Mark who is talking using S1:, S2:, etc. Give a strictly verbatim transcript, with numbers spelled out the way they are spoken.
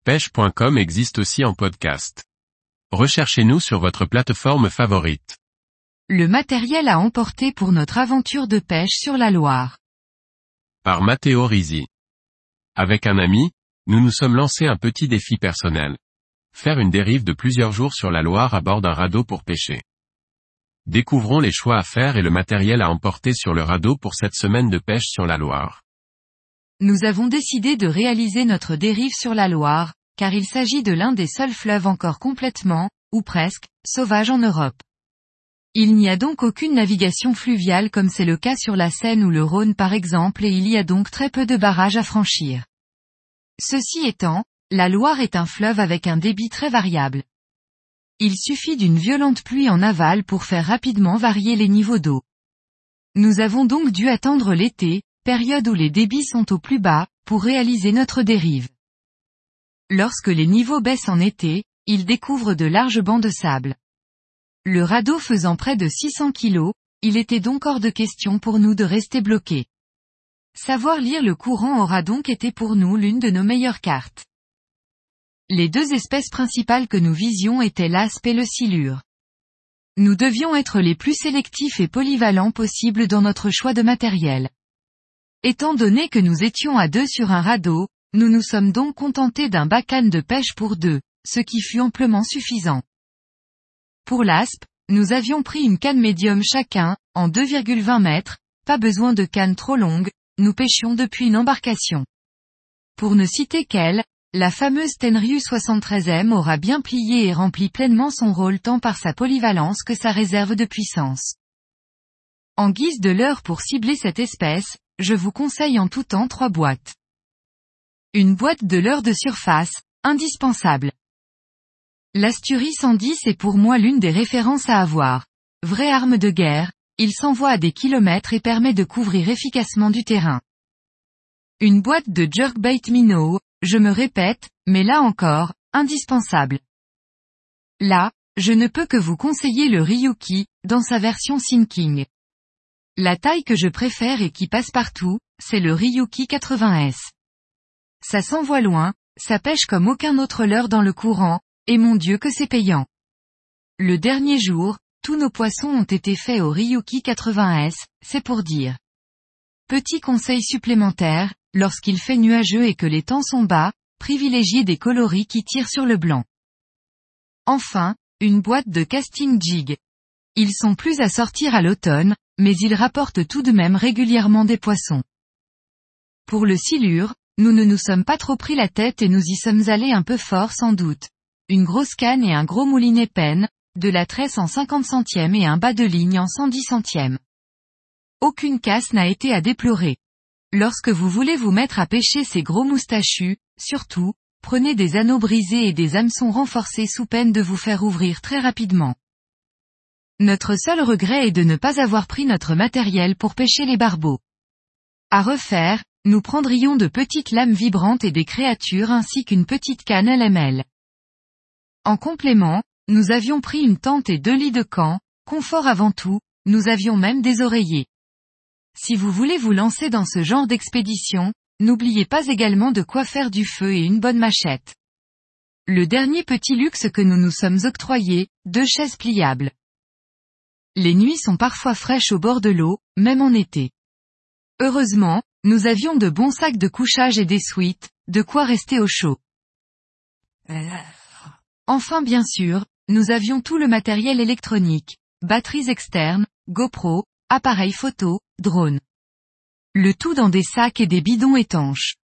S1: pêche point com existe aussi en podcast. Recherchez-nous sur votre plateforme favorite.
S2: Le matériel à emporter pour notre aventure de pêche sur la Loire.
S1: Par Matteo Risi. Avec un ami, nous nous sommes lancés un petit défi personnel. Faire une dérive de plusieurs jours sur la Loire à bord d'un radeau pour pêcher. Découvrons les choix à faire et le matériel à emporter sur le radeau pour cette semaine de pêche sur la Loire.
S2: Nous avons décidé de réaliser notre dérive sur la Loire, car il s'agit de l'un des seuls fleuves encore complètement, ou presque, sauvages en Europe. Il n'y a donc aucune navigation fluviale comme c'est le cas sur la Seine ou le Rhône par exemple et il y a donc très peu de barrages à franchir. Ceci étant, la Loire est un fleuve avec un débit très variable. Il suffit d'une violente pluie en aval pour faire rapidement varier les niveaux d'eau. Nous avons donc dû attendre l'été, période où les débits sont au plus bas, pour réaliser notre dérive. Lorsque les niveaux baissent en été, ils découvrent de larges bancs de sable. Le radeau faisant près de six cents kilos, il était donc hors de question pour nous de rester bloqués. Savoir lire le courant aura donc été pour nous l'une de nos meilleures cartes. Les deux espèces principales que nous visions étaient l'aspe et le silure. Nous devions être les plus sélectifs et polyvalents possibles dans notre choix de matériel. Étant donné que nous étions à deux sur un radeau, nous nous sommes donc contentés d'un bas-canne de pêche pour deux, ce qui fut amplement suffisant. Pour l'aspe, nous avions pris une canne médium chacun, en deux virgule vingt mètres, pas besoin de canne trop longue, nous pêchions depuis une embarcation. Pour ne citer qu'elle, la fameuse Tenryu soixante-treize M aura bien plié et rempli pleinement son rôle tant par sa polyvalence que sa réserve de puissance. En guise de leurre pour cibler cette espèce, je vous conseille en tout temps trois boîtes. Une boîte de leurre de surface, indispensable. L'Astury cent dix est pour moi l'une des références à avoir. Vraie arme de guerre, il s'envoie à des kilomètres et permet de couvrir efficacement du terrain. Une boîte de jerkbait minnow, je me répète, mais là encore, indispensable. Là, je ne peux que vous conseiller le Ryuki, dans sa version sinking. La taille que je préfère et qui passe partout, c'est le Ryuki quatre-vingts S. Ça s'envoie loin, ça pêche comme aucun autre leurre dans le courant, et mon Dieu que c'est payant. Le dernier jour, tous nos poissons ont été faits au Ryuki quatre-vingts S, c'est pour dire. Petit conseil supplémentaire, lorsqu'il fait nuageux et que les temps sont bas, privilégiez des coloris qui tirent sur le blanc. Enfin, une boîte de casting jig. Ils sont plus à sortir à l'automne, mais ils rapportent tout de même régulièrement des poissons. Pour le silure, nous ne nous sommes pas trop pris la tête et nous y sommes allés un peu fort sans doute. Une grosse canne et un gros moulinet Penn, de la tresse en cinquante centièmes et un bas de ligne en cent dix centièmes. Aucune casse n'a été à déplorer. Lorsque vous voulez vous mettre à pêcher ces gros moustachus, surtout, prenez des anneaux brisés et des hameçons renforcés sous peine de vous faire ouvrir très rapidement. Notre seul regret est de ne pas avoir pris notre matériel pour pêcher les barbeaux. À refaire, nous prendrions de petites lames vibrantes et des créatures ainsi qu'une petite canne L M L. En complément, nous avions pris une tente et deux lits de camp, confort avant tout, nous avions même des oreillers. Si vous voulez vous lancer dans ce genre d'expédition, n'oubliez pas également de quoi faire du feu et une bonne machette. Le dernier petit luxe que nous nous sommes octroyés, deux chaises pliables. Les nuits sont parfois fraîches au bord de l'eau, même en été. Heureusement, nous avions de bons sacs de couchage et des suites, de quoi rester au chaud. Enfin bien sûr, nous avions tout le matériel électronique, batteries externes, GoPro, appareils photo, drone. Le tout dans des sacs et des bidons étanches.